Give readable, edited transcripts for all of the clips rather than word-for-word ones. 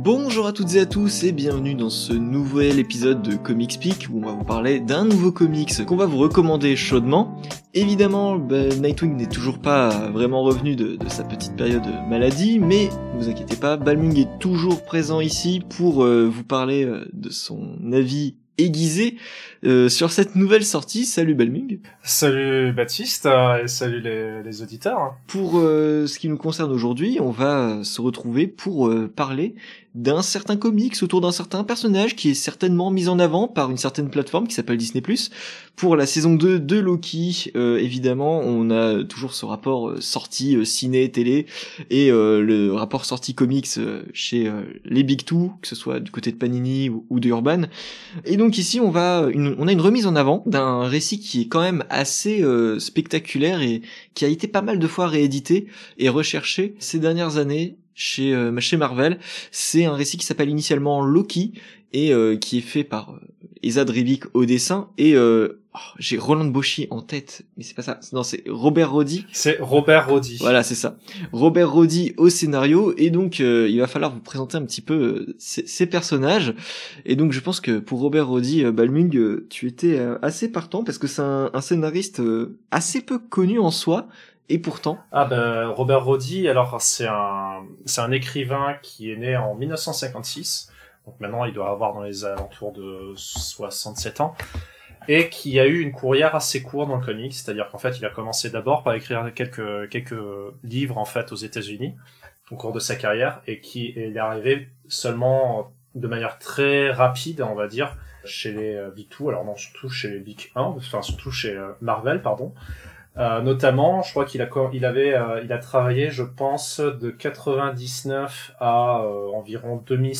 Bonjour à toutes et à tous et bienvenue dans ce nouvel épisode de Comic Speak où on va vous parler d'un nouveau comics qu'on va vous recommander chaudement. Évidemment, Nightwing n'est toujours pas vraiment revenu de sa petite période de maladie, mais ne vous inquiétez pas, Balmung est toujours présent ici pour vous parler de son avis aiguisé sur cette nouvelle sortie. Salut Balmung. Salut Baptiste et salut les auditeurs. Pour ce qui nous concerne aujourd'hui, on va se retrouver pour parler d'un certain comics autour d'un certain personnage qui est certainement mis en avant par une certaine plateforme qui s'appelle Disney+. Pour la saison 2 de Loki, évidemment, on a toujours ce rapport sortie ciné, télé, et le rapport sortie comics chez les Big Two, que ce soit du côté de Panini ou de Urban. Et donc ici, on a une remise en avant d'un récit qui est quand même assez spectaculaire et qui a été pas mal de fois réédité et recherché ces dernières années chez Marvel. C'est un récit qui s'appelle initialement Loki et qui est fait par Esad Ribic au dessin et j'ai Roland Boschi en tête, mais c'est pas ça. Non, c'est Robert Roddy. C'est Robert Roddy. Voilà, c'est ça. Robert Roddy au scénario et donc il va falloir vous présenter un petit peu ces personnages. Et donc je pense que pour Robert Roddy, Balmung, tu étais assez partant parce que c'est un scénariste assez peu connu en soi. Et pourtant. Robert Roddy, alors c'est un écrivain qui est né en 1956. Donc maintenant il doit avoir dans les alentours de 67 ans. Et qui a eu une carrière assez courte dans le comics, c'est-à-dire qu'en fait il a commencé d'abord par écrire quelques livres en fait aux États-Unis au cours de sa carrière et il est arrivé seulement de manière très rapide, on va dire, chez les Big Two, alors non, surtout chez les Big 1, enfin surtout chez Marvel, pardon. Notamment, je crois qu'il a travaillé, je pense, de 99 à environ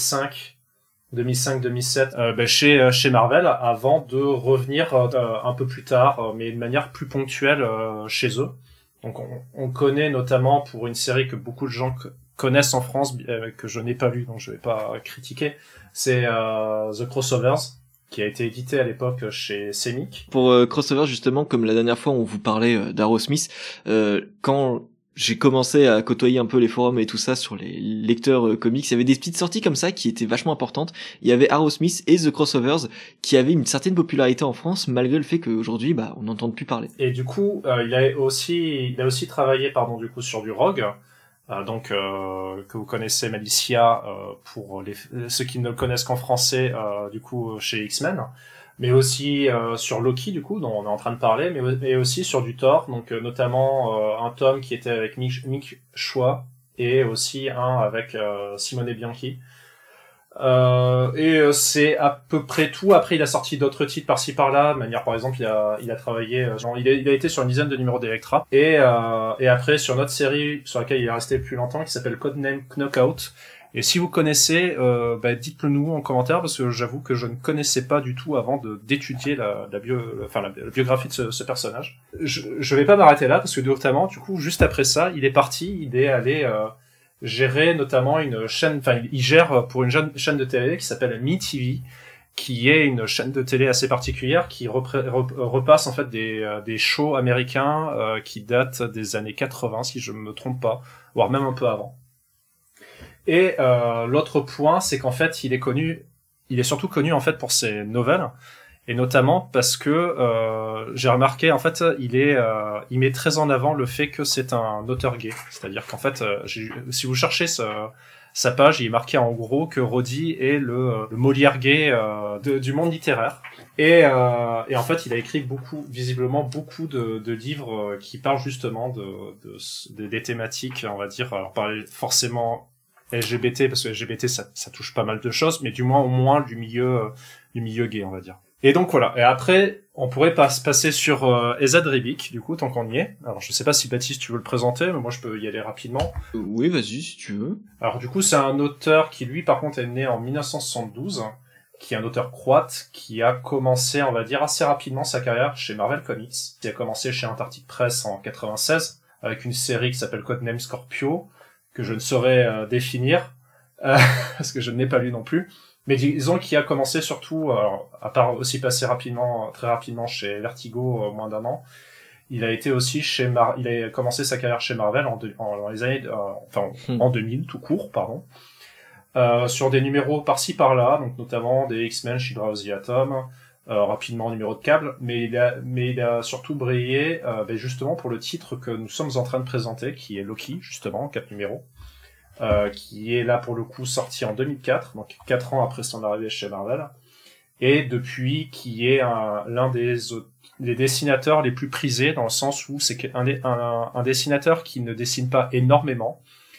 2005-2007 chez Marvel avant de revenir un peu plus tard, mais de manière plus ponctuelle chez eux. Donc on connaît notamment pour une série que beaucoup de gens connaissent en France, que je n'ai pas lu, donc je vais pas critiquer, c'est The Crossovers, qui a été édité à l'époque chez Semic. Pour Crossover, justement, comme la dernière fois on vous parlait d'Arrowsmith, quand j'ai commencé à côtoyer un peu les forums et tout ça sur les lecteurs comics, il y avait des petites sorties comme ça qui étaient vachement importantes. Il y avait Arrowsmith et The Crossovers qui avaient une certaine popularité en France malgré le fait qu'aujourd'hui on n'entend plus parler. Et du coup, il a aussi travaillé du coup sur du Rogue. Que vous connaissez, Malicia, pour ceux qui ne le connaissent qu'en français, du coup chez X-Men, mais aussi sur Loki, du coup dont on est en train de parler, mais aussi sur du Thor, donc notamment un tome qui était avec Mick Choi et aussi un avec Simone Bianchi. C'est à peu près tout. Après, il a sorti d'autres titres par-ci par-là. De manière, par exemple, il a travaillé, il a été sur une dizaine de numéros d'Electra. Et après, sur notre série, sur laquelle il est resté le plus longtemps, qui s'appelle Codename Knockout. Et si vous connaissez, dites-le nous en commentaire, parce que j'avoue que je ne connaissais pas du tout avant d'étudier la biographie de ce personnage. Je vais pas m'arrêter là, parce que notamment, du coup, juste après ça, il est allé, gérer notamment une chaîne, il gère pour une chaîne de télé qui s'appelle MeTV, qui est une chaîne de télé assez particulière qui repasse en fait des shows américains qui datent des années 80 si je me trompe pas, voire même un peu avant. Et l'autre point, c'est qu'en fait, il est surtout connu en fait pour ses nouvelles. Et notamment parce que j'ai remarqué, en fait, il met très en avant le fait que c'est un auteur gay. C'est-à-dire qu'en fait, si vous cherchez sa page, il est marqué en gros que Roddy est le Molière gay du monde littéraire. Et en fait, il a écrit visiblement beaucoup de livres qui parlent justement des thématiques, on va dire, alors parler forcément LGBT, parce que LGBT ça touche pas mal de choses, mais au moins du milieu gay, on va dire. Et donc voilà. Et après, on pourrait passer sur Esad Ribic, du coup, tant qu'on y est. Alors, je sais pas si Baptiste, tu veux le présenter, mais moi, je peux y aller rapidement. Oui, vas-y, si tu veux. Alors, du coup, c'est un auteur qui, lui, par contre, est né en 1972, qui est un auteur croate, qui a commencé, on va dire, assez rapidement sa carrière chez Marvel Comics. Il a commencé chez Antarctic Press en 96, avec une série qui s'appelle Codename Scorpio, que je ne saurais définir, parce que je ne l'ai pas lu non plus. Mais disons qu'il a commencé surtout, alors, à part aussi passer très rapidement chez Vertigo, moins d'un an, il a été aussi il a commencé sa carrière chez Marvel dans les années, en 2000, tout court, pardon. sur des numéros par-ci par-là, donc notamment des X-Men, She-Ra, The Atom, rapidement numéro de câble, mais il a surtout brillé justement pour le titre que nous sommes en train de présenter, qui est Loki, justement, 4 numéros, qui est là pour le coup sorti en 2004, donc 4 ans après son arrivée chez Marvel, et depuis qui est l'un des dessinateurs les plus prisés, dans le sens où c'est un dessinateur qui ne dessine pas énormément,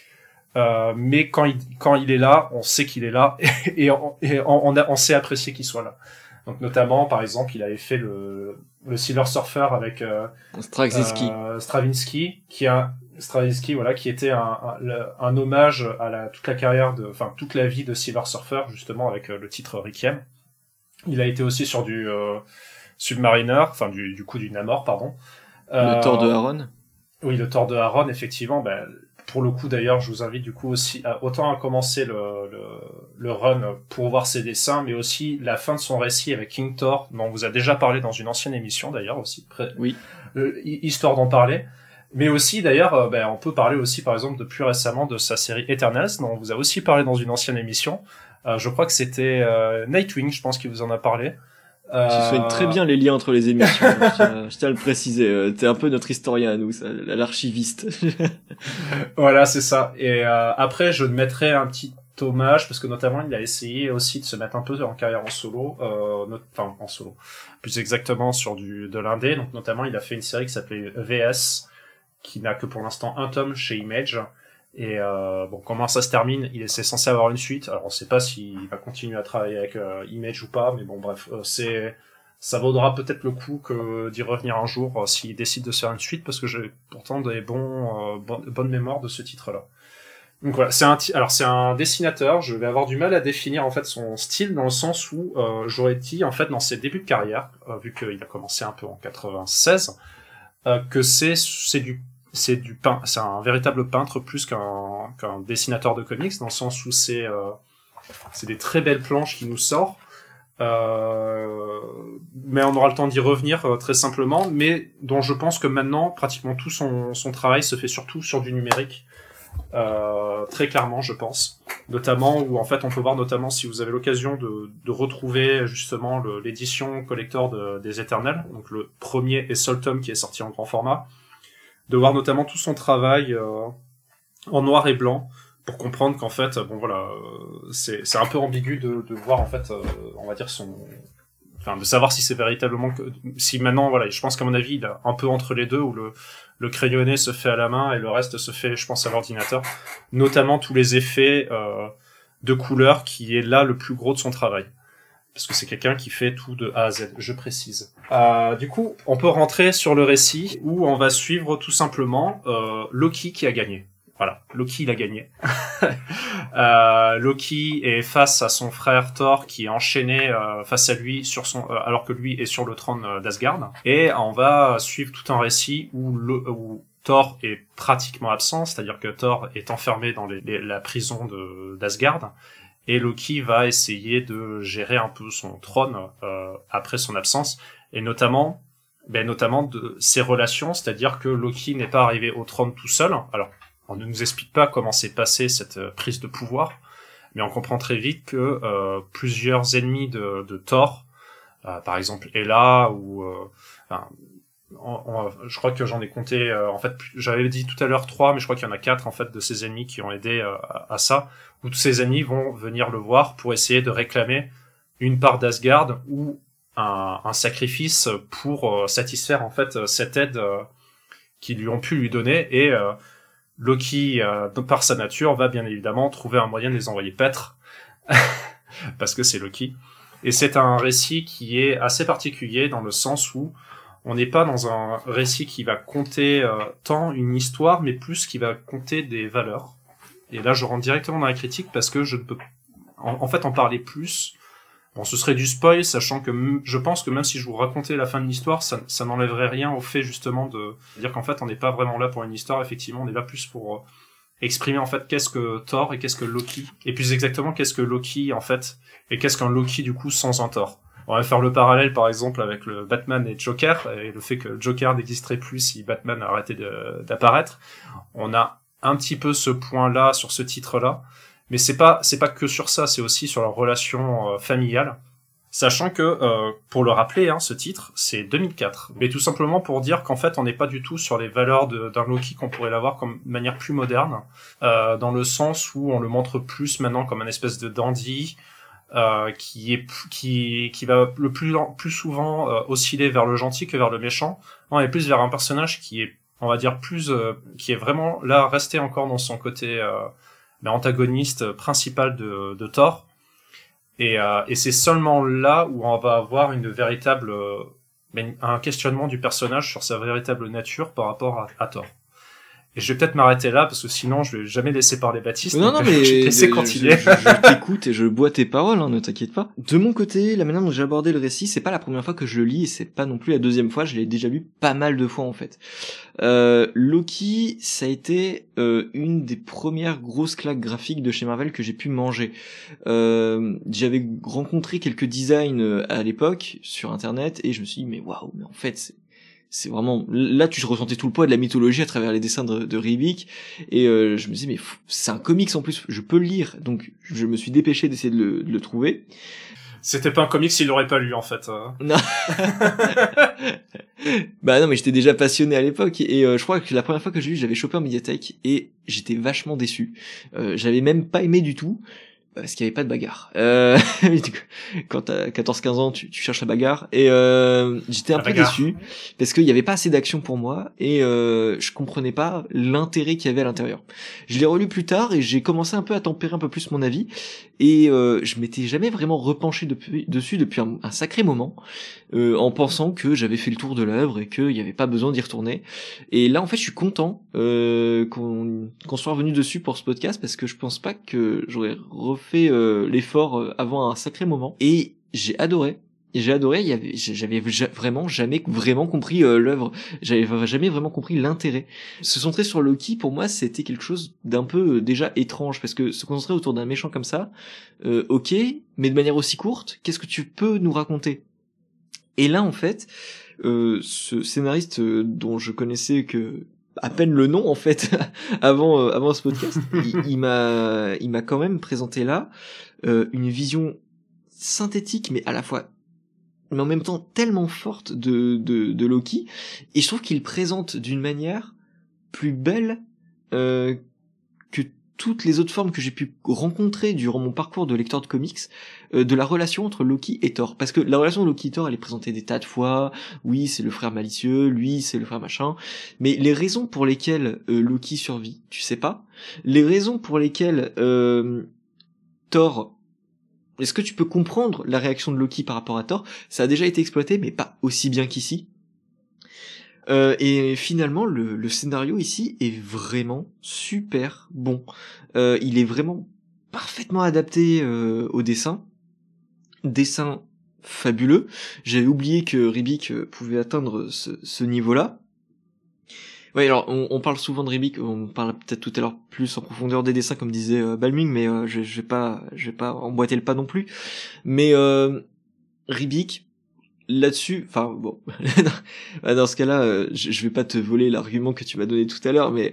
mais quand il est là, on sait qu'il est là, et on sait apprécier qu'il soit là. Donc notamment, par exemple, il avait fait le Silver Surfer avec Straczynski, qui était un hommage à toute la carrière toute la vie de Silver Surfer, justement, avec le titre Requiem. Il a été aussi sur du Submariner, du coup du Namor, pardon. Le Thor de Aaron. Oui, le Thor de Aaron, effectivement. Pour le coup, d'ailleurs, je vous invite du coup aussi autant à commencer le run pour voir ses dessins, mais aussi la fin de son récit avec King Thor, dont on vous a déjà parlé dans une ancienne émission, d'ailleurs, aussi. Oui. Histoire d'en parler. Mais aussi, d'ailleurs, on peut parler aussi, par exemple, de plus récemment de sa série Eternals, dont on vous a aussi parlé dans une ancienne émission. Je crois que c'était Nightwing, je pense qu'il vous en a parlé. Tu soignes très bien les liens entre les émissions. je tiens à le préciser. T'es un peu notre historien à nous, l'archiviste. Voilà, c'est ça. Et après, je mettrai un petit hommage parce que notamment, il a essayé aussi de se mettre un peu en carrière en solo, en solo, plus exactement sur de l'indé. Donc notamment, il a fait une série qui s'appelait VS, qui n'a que pour l'instant un tome chez Image. Et comment ça se termine, c'est censé avoir une suite. Alors on sait pas s'il va continuer à travailler avec Image ou pas, mais bon bref, ça vaudra peut-être le coup d'y revenir un jour s'il décide de se faire une suite, parce que j'ai pourtant des bonnes mémoires de ce titre-là. Donc voilà, c'est un dessinateur. Je vais avoir du mal à définir en fait son style, dans le sens où j'aurais dit en fait dans ses débuts de carrière, vu qu'il a commencé un peu en 96, que c'est un véritable peintre plus qu'un dessinateur de comics, dans le sens où c'est des très belles planches qui nous sortent, mais on aura le temps d'y revenir très simplement, mais dont je pense que maintenant pratiquement tout son travail se fait surtout sur du numérique, très clairement je pense, notamment où en fait on peut voir, notamment si vous avez l'occasion de retrouver justement l'édition collector des Eternals, donc le premier et seul tome qui est sorti en grand format, de voir notamment tout son travail en noir et blanc, pour comprendre qu'en fait, c'est un peu ambigu de voir en fait, on va dire de savoir si c'est véritablement si maintenant, voilà, je pense qu'à mon avis, il est un peu entre les deux, où le crayonné se fait à la main et le reste se fait, je pense, à l'ordinateur, notamment tous les effets de couleurs, qui est là le plus gros de son travail. Parce que c'est quelqu'un qui fait tout de A à Z, je précise. Du coup, on peut rentrer sur le récit où on va suivre tout simplement Loki qui a gagné. Voilà, Loki il a gagné. Loki est face à son frère Thor qui est enchaîné face à lui alors que lui est sur le trône d'Asgard. Et on va suivre tout un récit où Thor est pratiquement absent, c'est-à-dire que Thor est enfermé dans la prison d'Asgard. Et Loki va essayer de gérer un peu son trône après son absence, et notamment de ses relations, c'est-à-dire que Loki n'est pas arrivé au trône tout seul. Alors, on ne nous explique pas comment s'est passée cette prise de pouvoir, mais on comprend très vite que plusieurs ennemis de Thor, par exemple Hela, ou je crois que j'en ai compté, en fait, j'avais dit tout à l'heure 3, mais je crois qu'il y en a 4 en fait de ces ennemis qui ont aidé à ça, où tous ces ennemis vont venir le voir pour essayer de réclamer une part d'Asgard ou un sacrifice pour satisfaire en fait cette aide qu'ils lui ont pu lui donner, et Loki, par sa nature, va bien évidemment trouver un moyen de les envoyer paître, parce que c'est Loki. Et c'est un récit qui est assez particulier, dans le sens où on n'est pas dans un récit qui va compter tant une histoire, mais plus qui va compter des valeurs. Et là, je rentre directement dans la critique, parce que je ne peux en fait en parler plus. Bon, ce serait du spoil, sachant que je pense que même si je vous racontais la fin de l'histoire, ça n'enlèverait rien au fait justement de dire qu'en fait on n'est pas vraiment là pour une histoire. Effectivement, on est là plus pour exprimer en fait qu'est-ce que Thor et qu'est-ce que Loki, et plus exactement qu'est-ce que Loki en fait, et qu'est-ce qu'un Loki du coup sans un Thor. On va faire le parallèle par exemple avec le Batman et Joker, et le fait que Joker n'existerait plus si Batman a arrêté d'apparaître. On a un petit peu ce point-là sur ce titre-là, Mais c'est pas que sur ça, c'est aussi sur leur relation familiale. Sachant que, pour le rappeler, ce titre, c'est 2004. Mais tout simplement pour dire qu'en fait, on n'est pas du tout sur les valeurs d'un Loki qu'on pourrait l'avoir comme de manière plus moderne, dans le sens où on le montre plus maintenant comme un espèce de dandy, qui va le plus souvent osciller vers le gentil que vers le méchant. On est plus vers un personnage qui est, on va dire, qui est vraiment là, resté encore dans son côté antagoniste principal de Thor. Et c'est seulement là où on va avoir une véritable un questionnement du personnage sur sa véritable nature par rapport à Thor. Et je vais peut-être m'arrêter là parce que sinon je vais jamais laisser parler Baptiste. Non, mais je vais te laisser continuer. Je t'écoute et je bois tes paroles, ne t'inquiète pas. De mon côté, la manière dont j'ai abordé le récit, c'est pas la première fois que je le lis et c'est pas non plus la deuxième fois. Je l'ai déjà lu pas mal de fois en fait. Loki, ça a été une des premières grosses claques graphiques de chez Marvel que j'ai pu manger. J'avais rencontré quelques designs à l'époque sur internet et je me suis dit mais waouh, mais en fait c'est vraiment là tu ressentais tout le poids de la mythologie à travers les dessins de Rybik et je me disais mais c'est un comics en plus, je peux le lire, donc je me suis dépêché d'essayer de le trouver. C'était pas un comics s'il l'aurait pas lu en fait. Non. Bah non mais j'étais déjà passionné à l'époque et je crois que la première fois que j'ai lu j'avais chopé en médiathèque et j'étais vachement déçu. J'avais même pas aimé du tout. Parce qu'il y avait pas de bagarre. Quand t'as 14-15 ans, tu cherches la bagarre. Et j'étais un peu déçu, parce qu'il y avait pas assez d'action pour moi, et je comprenais pas l'intérêt qu'il y avait à l'intérieur. Je l'ai relu plus tard, et j'ai commencé un peu à tempérer un peu plus mon avis, et je m'étais jamais vraiment repenché dessus depuis un sacré moment, en pensant que j'avais fait le tour de l'œuvre, et qu'il y avait pas besoin d'y retourner. Et là, en fait, je suis content qu'on soit revenu dessus pour ce podcast, parce que je pense pas que j'aurais refait l'effort avant un sacré moment et j'ai adoré, j'avais vraiment jamais vraiment compris l'œuvre, j'avais jamais vraiment compris l'intérêt. Se centrer sur Loki pour moi c'était quelque chose d'un peu déjà étrange parce que se concentrer autour d'un méchant comme ça, ok, mais de manière aussi courte, qu'est-ce que tu peux nous raconter? Et là en fait ce scénariste dont je connaissais que à peine le nom en fait avant ce podcast, il m'a quand même présenté là une vision synthétique mais à la fois mais en même temps tellement forte de Loki, et je trouve qu'il présente d'une manière plus belle que toutes les autres formes que j'ai pu rencontrer durant mon parcours de lecteur de comics, de la relation entre Loki et Thor. Parce que la relation de Loki et Thor, elle est présentée des tas de fois, oui, c'est le frère malicieux, lui, c'est le frère machin, mais les raisons pour lesquelles Loki survit, tu sais pas. Les raisons pour lesquelles Thor... Est-ce que tu peux comprendre la réaction de Loki par rapport à Thor? Ça a déjà été exploité, mais pas aussi bien qu'ici. Et finalement, le scénario ici est vraiment super bon. Il est vraiment parfaitement adapté au dessin. Dessin fabuleux. J'avais oublié que Rybik pouvait atteindre ce niveau-là. Ouais, alors on parle souvent de Rybik, on parle peut-être tout à l'heure plus en profondeur des dessins comme disait Balming, mais je vais pas emboîter le pas non plus. Mais Rybik là-dessus, enfin bon, dans ce cas-là, je vais pas te voler l'argument que tu m'as donné tout à l'heure, mais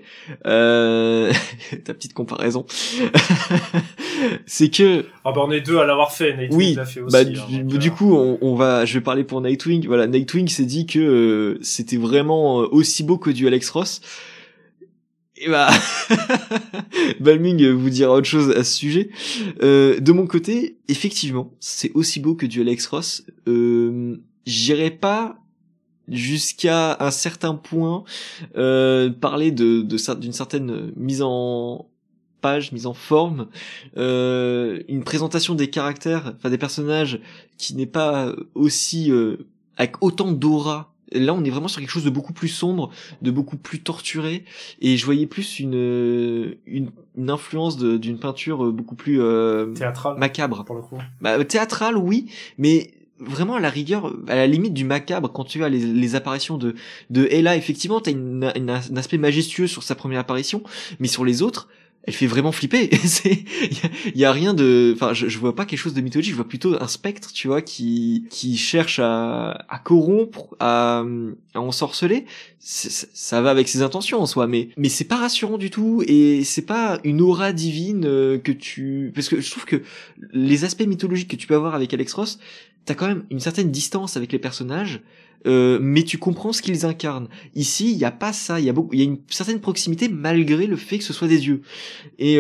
ta petite comparaison, c'est que on est deux à l'avoir fait. Nightwing oui, l'a fait aussi. Du coup, je vais parler pour Nightwing. Voilà, Nightwing s'est dit que c'était vraiment aussi beau que du Alex Ross. Et bah, Balming vous dira autre chose à ce sujet. De mon côté, effectivement, c'est aussi beau que du Alex Ross. J'irai pas jusqu'à un certain point parler d'une certaine mise en page, mise en forme, une présentation des caractères, enfin des personnages qui n'est pas aussi avec autant d'aura. Là, on est vraiment sur quelque chose de beaucoup plus sombre, de beaucoup plus torturé, et je voyais plus une influence d'une peinture beaucoup plus théâtrale, macabre. Pour le coup. Bah, théâtrale, oui, mais vraiment à la rigueur, à la limite du macabre, quand tu as les apparitions de Hela, effectivement, t'as un aspect majestueux sur sa première apparition, mais sur les autres, elle fait vraiment flipper. Il y a rien de, enfin, je vois pas quelque chose de mythologique, je vois plutôt un spectre, tu vois, qui cherche à corrompre, à ensorceler. Ça va avec ses intentions en soi, mais c'est pas rassurant du tout, et c'est pas une aura divine parce que je trouve que les aspects mythologiques que tu peux avoir avec Alex Ross, t'as quand même une certaine distance avec les personnages. Mais tu comprends ce qu'ils incarnent. Ici, il y a pas ça. Il y a une certaine proximité malgré le fait que ce soit des dieux. Et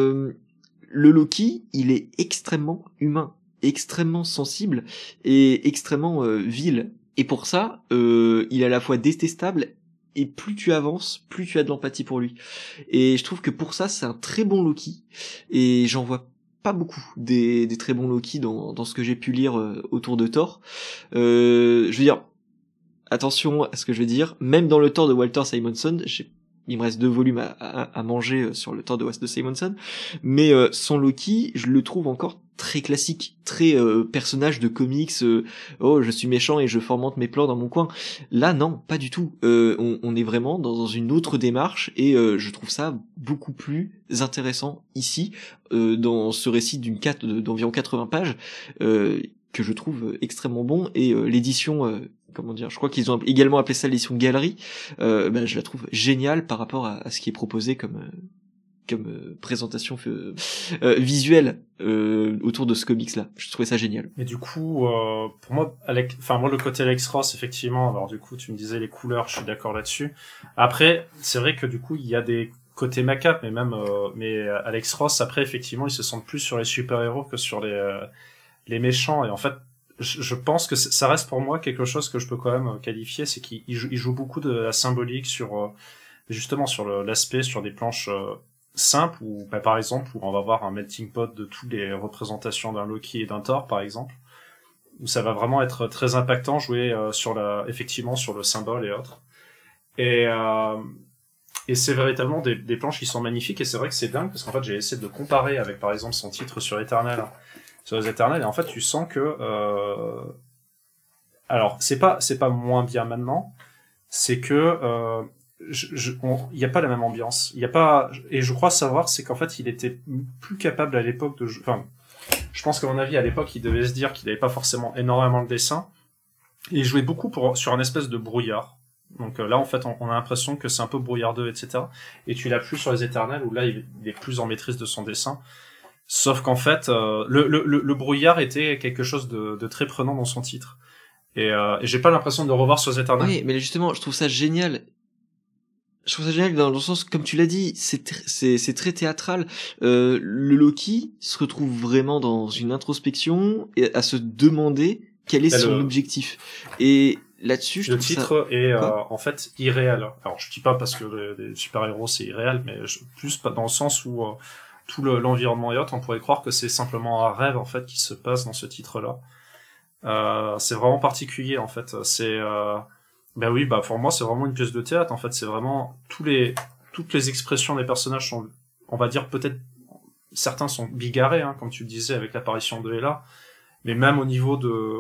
le Loki, il est extrêmement humain, extrêmement sensible et extrêmement vil. Et pour ça, il est à la fois détestable, et plus tu avances, plus tu as de l'empathie pour lui. Et je trouve que pour ça, c'est un très bon Loki. Et j'en vois pas beaucoup des très bons Loki dans ce que j'ai pu lire autour de Thor. Je veux dire, attention à ce que je vais dire, même dans le Thor de Walter Simonson, il me reste 2 volumes à manger sur le Thor de Simonson, mais son Loki, je le trouve encore très classique, très personnage de comics, oh je suis méchant et je fomente mes plans dans mon coin. Là non, pas du tout. On est vraiment dans une autre démarche, et je trouve ça beaucoup plus intéressant ici, dans ce récit d'environ 80 pages, que je trouve extrêmement bon, et l'édition comment dire, je crois qu'ils ont également appelé ça l'édition galerie, je la trouve géniale par rapport à ce qui est proposé comme présentation visuelle autour de ce comics là. Je trouvais ça génial. Mais du coup, pour moi, moi le côté Alex Ross, effectivement, alors du coup tu me disais les couleurs, je suis d'accord là-dessus. Après, c'est vrai que du coup il y a des côtés Macap, mais Alex Ross, après effectivement, ils se sentent plus sur les super-héros que sur les méchants, et en fait je pense que ça reste pour moi quelque chose que je peux quand même qualifier, c'est qu'il joue beaucoup de la symbolique sur justement sur l'aspect sur des planches simples, où par exemple où on va avoir un melting pot de toutes les représentations d'un Loki et d'un Thor par exemple, où ça va vraiment être très impactant, jouer effectivement sur le symbole et autres, et c'est véritablement des planches qui sont magnifiques, et c'est vrai que c'est dingue parce qu'en fait j'ai essayé de comparer avec par exemple son titre sur Eternal, sur les Éternels, et en fait tu sens que alors c'est pas moins bien maintenant, c'est que il y a pas la même ambiance, il y a pas, et je crois savoir c'est qu'en fait il était plus capable à l'époque enfin je pense qu'à mon avis à l'époque il devait se dire qu'il avait pas forcément énormément de dessins, et il jouait beaucoup sur un espèce de brouillard. Donc là en fait on a l'impression que c'est un peu brouillardeux, etc. Et tu l'as plus sur les Éternels où là il est plus en maîtrise de son dessin. Sauf qu'en fait, le brouillard était quelque chose de très prenant dans son titre. Et j'ai pas l'impression de le revoir sur les Éternels. Oui, mais justement, je trouve ça génial. Je trouve ça génial dans le sens, comme tu l'as dit, c'est très théâtral. Le Loki se retrouve vraiment dans une introspection et à se demander quel est son objectif. Et là-dessus, je trouve ça... Le titre est en fait irréel. Alors je dis pas parce que les super-héros c'est irréel, mais plus dans le sens où tout l'environnement et autres, on pourrait croire que c'est simplement un rêve en fait qui se passe dans ce titre-là. C'est vraiment particulier en fait. C'est pour moi c'est vraiment une pièce de théâtre en fait. C'est vraiment toutes les expressions des personnages sont, on va dire peut-être certains sont bigarrés, hein, comme tu le disais avec l'apparition de Hela, mais même au niveau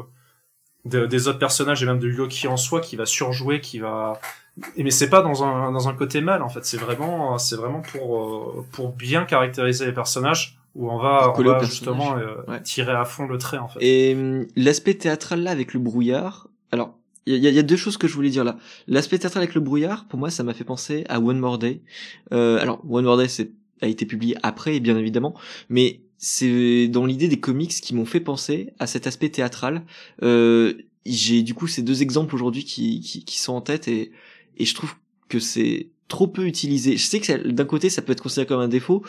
des autres personnages et même de Loki en soi qui va surjouer, mais c'est pas dans un côté mal en fait, c'est vraiment pour bien caractériser les personnages, où on va justement tirer à fond le trait en fait. Et l'aspect théâtral là avec le brouillard, alors il y a 2 choses que je voulais dire là. L'aspect théâtral avec le brouillard, pour moi ça m'a fait penser à One More Day. Alors One More Day a été publié après bien évidemment, mais c'est dans l'idée des comics qui m'ont fait penser à cet aspect théâtral. J'ai du coup ces 2 exemples aujourd'hui qui sont en tête, et je trouve que c'est trop peu utilisé. Je sais que d'un côté ça peut être considéré comme un défaut.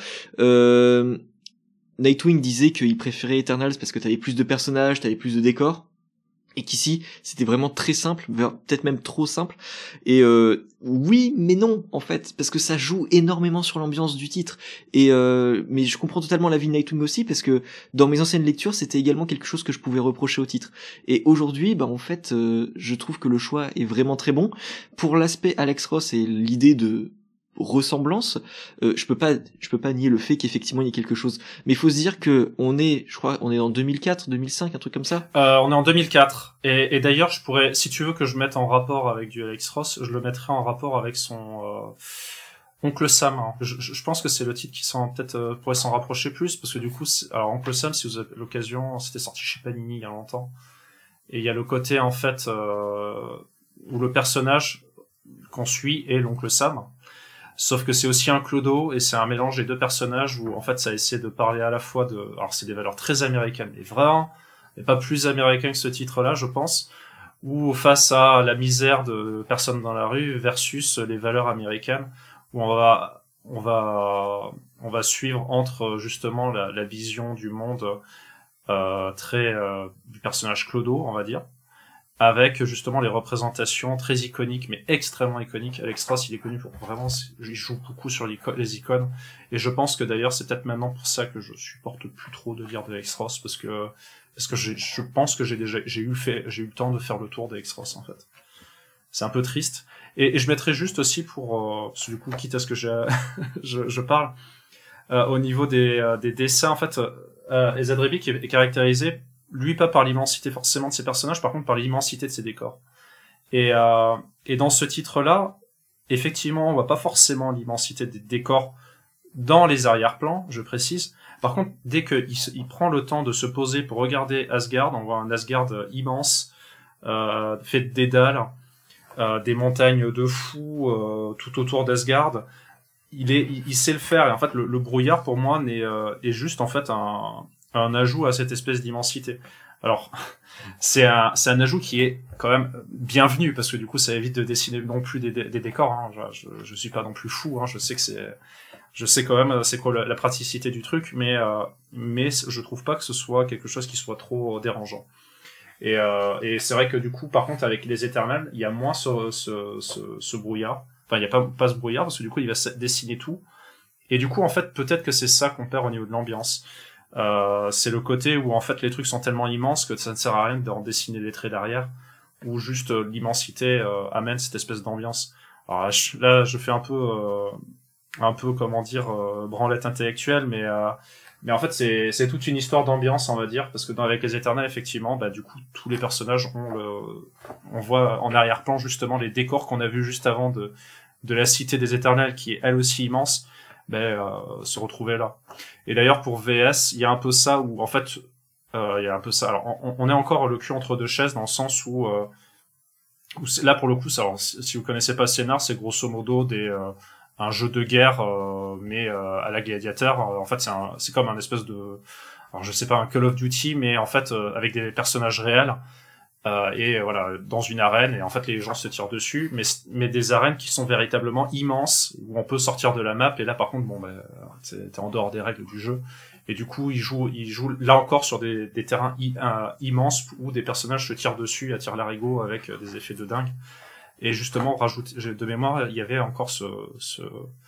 Nightwing disait qu'il préférait Eternals parce que t'avais plus de personnages, t'avais plus de décors, et qu'ici c'était vraiment très simple, peut-être même trop simple. Et oui mais non en fait, parce que ça joue énormément sur l'ambiance du titre, et mais je comprends totalement l'avis de Nightwing aussi, parce que dans mes anciennes lectures c'était également quelque chose que je pouvais reprocher au titre, et aujourd'hui en fait je trouve que le choix est vraiment très bon. Pour l'aspect Alex Ross et l'idée de ressemblance, je peux pas nier le fait qu'effectivement il y ait quelque chose, mais il faut se dire que on est en 2004 2005, un truc comme ça. On est en 2004, et d'ailleurs je pourrais, si tu veux que je mette en rapport avec du Alex Ross, je le mettrais en rapport avec son Oncle Sam, hein. Je pense que c'est le titre qui peut-être pourrait s'en rapprocher plus, parce que du coup, alors Oncle Sam, si vous avez l'occasion, c'était sorti chez Panini il y a longtemps, et il y a le côté en fait où le personnage qu'on suit est l'Oncle Sam, sauf que c'est aussi un clodo et c'est un mélange des deux personnages où en fait ça essaie de parler à la fois alors c'est des valeurs très américaines, mais vraiment, mais pas plus américain que ce titre-là, je pense, ou face à la misère de personnes dans la rue versus les valeurs américaines, où on va suivre entre justement la vision du monde du personnage Clodo, on va dire, avec justement les représentations très iconiques, mais extrêmement iconiques. Alex Ross, il est connu pour vraiment, il joue beaucoup sur les icônes, et je pense que d'ailleurs c'est peut-être maintenant pour ça que je supporte plus trop de lire de Alex Ross, parce que je pense que j'ai eu le temps de faire le tour d'Alex Ross en fait. C'est un peu triste. Et je mettrais juste aussi parce que du coup, quitte à ce que je parle, au niveau des dessins, en fait, Ezad Ribic est caractérisé, lui, pas par l'immensité forcément de ses personnages, par contre par l'immensité de ses décors. Et dans ce titre-là, effectivement, on voit pas forcément l'immensité des décors dans les arrière-plans, je précise. Par contre, dès qu'il prend le temps de se poser pour regarder Asgard, on voit un Asgard immense, fait de dédales, des montagnes de fous tout autour d'Asgard. Il sait le faire, et en fait le brouillard pour moi est juste en fait un ajout à cette espèce d'immensité. Alors c'est un ajout qui est quand même bienvenu, parce que du coup ça évite de dessiner non plus des décors, hein. Je suis pas non plus fou, hein. Je sais quand même c'est quoi la praticité du truc, mais je trouve pas que ce soit quelque chose qui soit trop dérangeant. Et c'est vrai que du coup, par contre, avec les Éternels, il y a moins ce brouillard. Enfin, il y a pas ce brouillard, parce que du coup, il va dessiner tout. Et du coup, en fait, peut-être que c'est ça qu'on perd au niveau de l'ambiance. C'est le côté où, en fait, les trucs sont tellement immenses que ça ne sert à rien d'en dessiner les traits derrière, où juste l'immensité amène cette espèce d'ambiance. Alors là, je fais un peu, comment dire, branlette intellectuelle, mais en fait, c'est toute une histoire d'ambiance, on va dire, parce que avec les Éternels, effectivement, du coup, tous les personnages on voit en arrière-plan, justement, les décors qu'on a vus juste avant de la cité des Éternels, qui est elle aussi immense, se retrouver là. Et d'ailleurs, pour VS, il y a un peu ça où, en fait, il y a un peu ça. Alors, on est encore le cul entre deux chaises, dans le sens où là, pour le coup, alors, si vous connaissez pas le scénar, c'est grosso modo un jeu de guerre mais à la Gladiator. En fait c'est comme un espèce de, alors je sais pas, un Call of Duty, mais en fait avec des personnages réels et voilà, dans une arène, et en fait les gens se tirent dessus, mais des arènes qui sont véritablement immenses, où on peut sortir de la map, et là par contre t'es en dehors des règles du jeu, et du coup ils jouent là encore sur des terrains immenses où des personnages se tirent dessus à tire-larigot avec des effets de dingue. Et justement, de mémoire, il y avait encore ce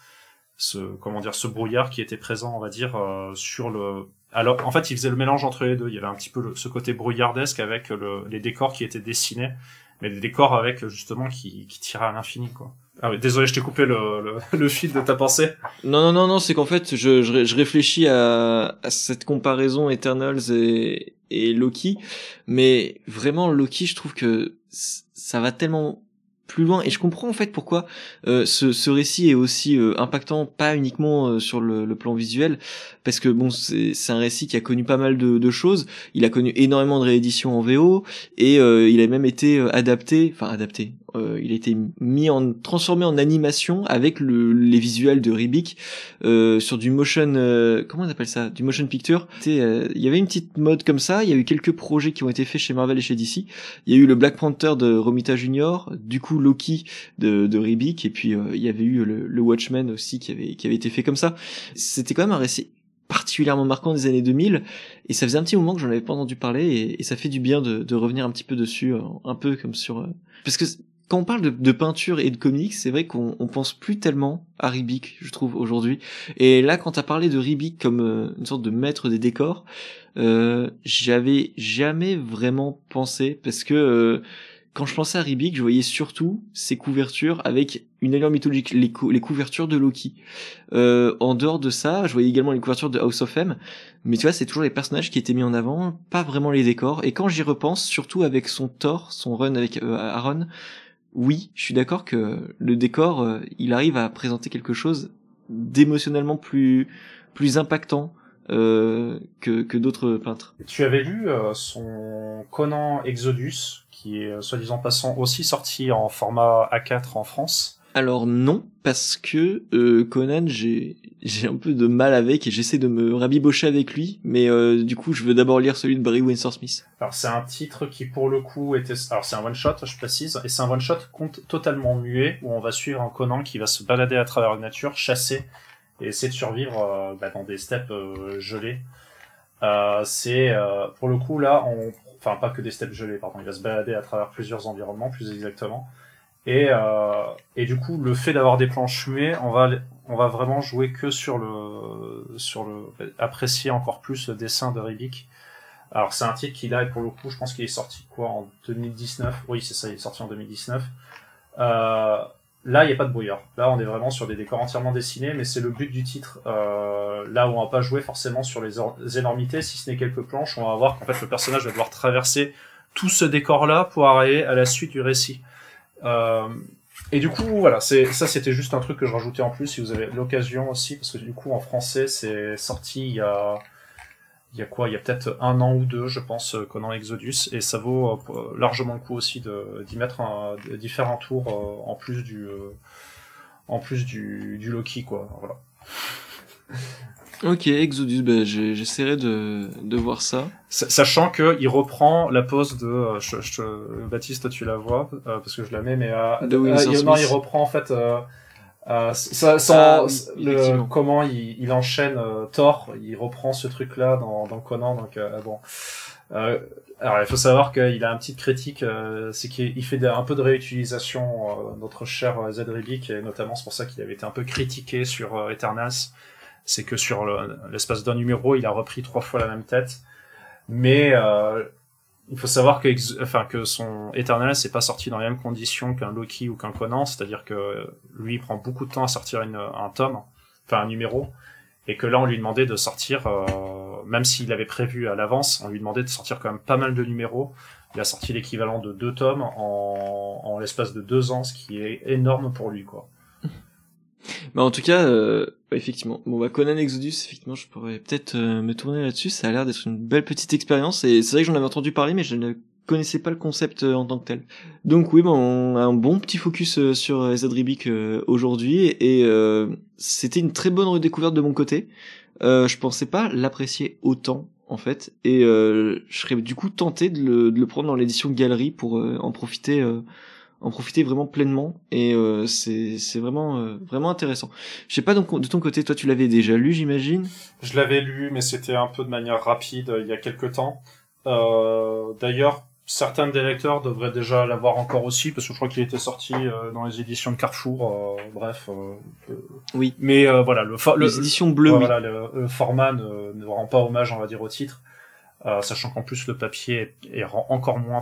brouillard qui était présent, on va dire, sur le. Alors, en fait, il faisait le mélange entre les deux. Il y avait un petit peu ce côté brouillardesque avec les décors qui étaient dessinés, mais des décors avec justement qui tiraient à l'infini, quoi. Ah oui, désolé, je t'ai coupé le fil de ta pensée. Non, c'est qu'en fait, je réfléchis à cette comparaison Eternals et Loki, mais vraiment Loki, je trouve que ça va tellement plus loin, et je comprends en fait pourquoi ce récit est aussi impactant, pas uniquement sur le plan visuel, parce que bon, c'est un récit qui a connu pas mal de choses. Il a connu énormément de rééditions en VO, et il a même été adapté, il a été transformé en animation avec les visuels de Ribic sur du motion, comment on appelle ça, du motion picture. Il y avait une petite mode comme ça. Il y a eu quelques projets qui ont été faits chez Marvel et chez DC. Il y a eu le Black Panther de Romita Jr., du coup Loki de Ribic, et puis il y avait eu le Watchmen aussi qui avait été fait comme ça. C'était quand même un récit particulièrement marquant des années 2000, et ça faisait un petit moment que j'en avais pas entendu parler, et ça fait du bien de revenir un petit peu dessus, un peu comme sur parce que quand on parle de peinture et de comics, c'est vrai qu'on pense plus tellement à Ribic, je trouve, aujourd'hui. Et là, quand t'as parlé de Ribic comme une sorte de maître des décors, j'avais jamais vraiment pensé, parce que quand je pensais à Ribic, je voyais surtout ses couvertures avec une allure mythologique, les couvertures de Loki. En dehors de ça, je voyais également les couvertures de House of M, mais tu vois, c'est toujours les personnages qui étaient mis en avant, pas vraiment les décors. Et quand j'y repense, surtout avec son Thor, son run avec Aaron, oui, je suis d'accord que le décor, il arrive à présenter quelque chose d'émotionnellement plus impactant que d'autres peintres. Tu avais lu son Conan Exodus, qui est soi-disant passant aussi sorti en format A4 en France. Alors non, parce que Conan, j'ai un peu de mal avec et j'essaie de me rabibocher avec lui, mais du coup je veux d'abord lire celui de Barry Windsor Smith. Alors c'est un titre qui pour le coup était... Alors c'est un one-shot, je précise, et c'est un one-shot totalement muet, où on va suivre un Conan qui va se balader à travers la nature, chasser, et essayer de survivre dans des steppes gelées. C'est pour le coup là, enfin pas que des steppes gelées, pardon, il va se balader à travers plusieurs environnements, plus exactement. Et du coup, le fait d'avoir des planches muets, on va vraiment jouer que sur apprécier encore plus le dessin de Rybik. Alors c'est un titre qui là, pour le coup, je pense qu'il est sorti en 2019. Oui, c'est ça, il est sorti en 2019. Là, il n'y a pas de brouillard. Là, on est vraiment sur des décors entièrement dessinés, mais c'est le but du titre. Là où on va pas jouer forcément sur les énormités, si ce n'est quelques planches, on va voir qu'en fait le personnage va devoir traverser tout ce décor-là pour arriver à la suite du récit. Et du coup, voilà, c'était juste un truc que je rajoutais en plus si vous avez l'occasion aussi, parce que du coup en français c'est sorti il y a peut-être 1 an ou 2, je pense, Conan Exodus, et ça vaut largement le coup aussi d'y faire un tour en plus du Loki, quoi. Voilà. Ok, Exodus, j'essaierai de voir ça. Sachant que il reprend la pose de Baptiste, tu la vois parce que je la mets, mais il reprend en fait comment il enchaîne Thor, il reprend ce truc là dans Conan, donc bon. Alors il faut savoir qu'il a une petite critique, c'est qu'il fait un peu de réutilisation, notre cher Zed Rybik, et notamment c'est pour ça qu'il avait été un peu critiqué sur Eternals. C'est que sur l'espace d'un numéro, il a repris 3 fois la même tête. Mais il faut savoir que son Eternal c'est pas sorti dans les mêmes conditions qu'un Loki ou qu'un Conan, c'est-à-dire que lui il prend beaucoup de temps à sortir un tome, enfin un numéro, et que là on lui demandait de sortir, même s'il avait prévu à l'avance, on lui demandait de sortir quand même pas mal de numéros. Il a sorti l'équivalent de 2 tomes en l'espace de 2 ans, ce qui est énorme pour lui, quoi. Bah en tout cas, effectivement. Bon Conan Exodus, effectivement, je pourrais peut-être me tourner là-dessus. Ça a l'air d'être une belle petite expérience et c'est vrai que j'en avais entendu parler, mais je ne connaissais pas le concept en tant que tel. Donc oui, on a un bon petit focus sur Zed Rybik aujourd'hui et c'était une très bonne redécouverte de mon côté. Je pensais pas l'apprécier autant en fait et je serais du coup tenté de le prendre dans l'édition Galerie pour en profiter vraiment pleinement et c'est vraiment intéressant. Je sais pas donc de ton côté, toi tu l'avais déjà lu, j'imagine? Je l'avais lu, mais c'était un peu de manière rapide il y a quelques temps. D'ailleurs, certains des lecteurs devraient déjà l'avoir encore aussi, parce que je crois qu'il était sorti dans les éditions de Carrefour. Bref. Oui. Mais voilà, les éditions bleues. Voilà, le format ne rend pas hommage, on va dire, au titre. Sachant qu'en plus le papier rend encore moins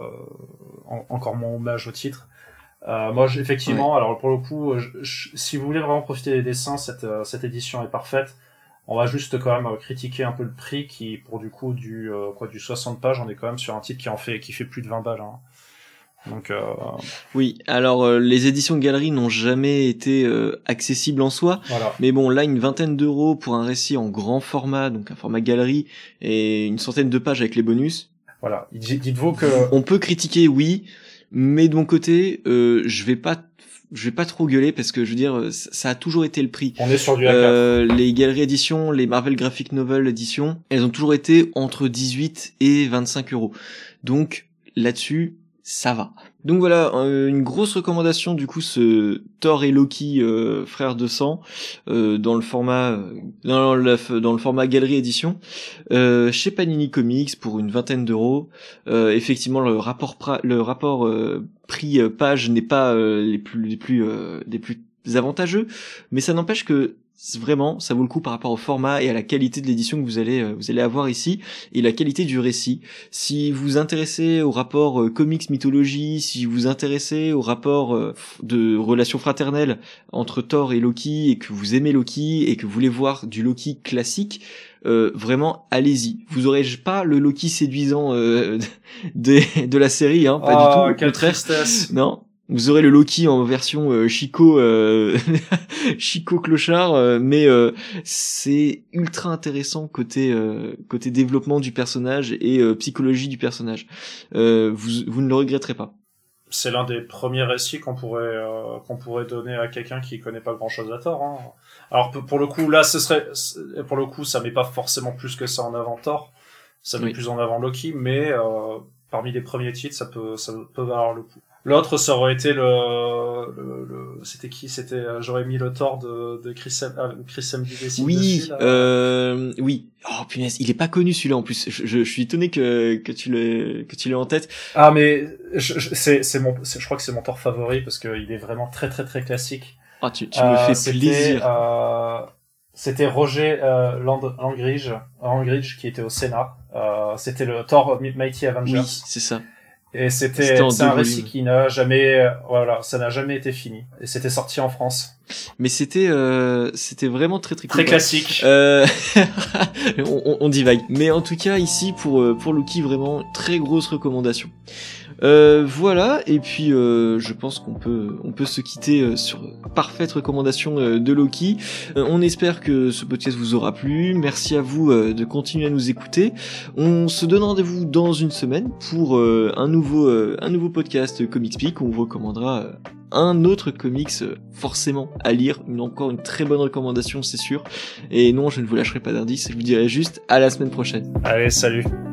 hommage au titre. Moi, effectivement, ouais. Alors pour le coup, si vous voulez vraiment profiter des dessins, cette édition est parfaite. On va juste quand même critiquer un peu le prix qui, pour du coup, du 60 pages, on est quand même sur un titre qui fait plus de 20 balles. Hein. Donc oui, alors les éditions de Galerie n'ont jamais été accessibles en soi, voilà. Mais bon là une 20aine d'euros pour un récit en grand format, donc un format Galerie et une centaine de pages avec les bonus. Voilà, dites-vous que on peut critiquer, oui, mais de mon côté je vais pas trop gueuler parce que je veux dire ça a toujours été le prix. On est sur du A4. Les Galeries éditions, les Marvel Graphic Novel éditions, elles ont toujours été entre 18 et 25 euros. Donc là-dessus ça va. Donc voilà, une grosse recommandation du coup, ce Thor et Loki frères de sang dans le format Galerie édition chez Panini Comics pour une 20aine d'euros. Effectivement, le rapport prix page n'est pas des plus avantageux, mais ça n'empêche que vraiment ça vaut le coup par rapport au format et à la qualité de l'édition que vous allez avoir ici et la qualité du récit. Si vous vous intéressez au rapport comics mythologie, si vous vous intéressez au rapport de relation fraternelle entre Thor et Loki et que vous aimez Loki et que vous voulez voir du Loki classique, vraiment allez-y. Vous aurez pas le Loki séduisant de la série, hein, pas du tout, au contraire. Tristesse. Non. Vous aurez le Loki en version Chico Chico clochard, mais c'est ultra intéressant côté développement du personnage et psychologie du personnage. Vous ne le regretterez pas. C'est l'un des premiers récits qu'on pourrait donner à quelqu'un qui connaît pas grand-chose à Thor. Hein. Alors pour le coup là, ça met pas forcément plus que ça en avant Thor. Ça met plus en avant Loki, mais parmi les premiers titres, ça peut valoir le coup. L'autre, ça aurait été c'était qui? J'aurais mis le Thor de Chris MDDC. Oui, dessus, là. oui. Oh punaise, il est pas connu celui-là en plus. Je suis étonné que tu l'aies en tête. Ah mais je crois que c'est mon Thor favori parce que il est vraiment très très très classique. Ah tu me fais plaisir. C'était Roger Langridge qui était au Sénat. C'était le Thor Mighty Avengers. Oui, c'est ça. Et c'est un récit qui n'a jamais, ça n'a jamais été fini. Et c'était sorti en France. Mais c'était vraiment très très cool. Très classique. On divague. Mais en tout cas, ici, pour Loki, vraiment, très grosse recommandation. Voilà, et puis je pense qu'on peut se quitter sur parfaite recommandation de Loki. On espère que ce podcast vous aura plu. Merci à vous de continuer à nous écouter. On se donne rendez-vous dans une semaine pour un nouveau podcast Comic Speak où on vous recommandera un autre comics forcément à lire. Encore une très bonne recommandation, c'est sûr. Et non, je ne vous lâcherai pas d'indice, je vous dirai juste à la semaine prochaine. Allez, salut.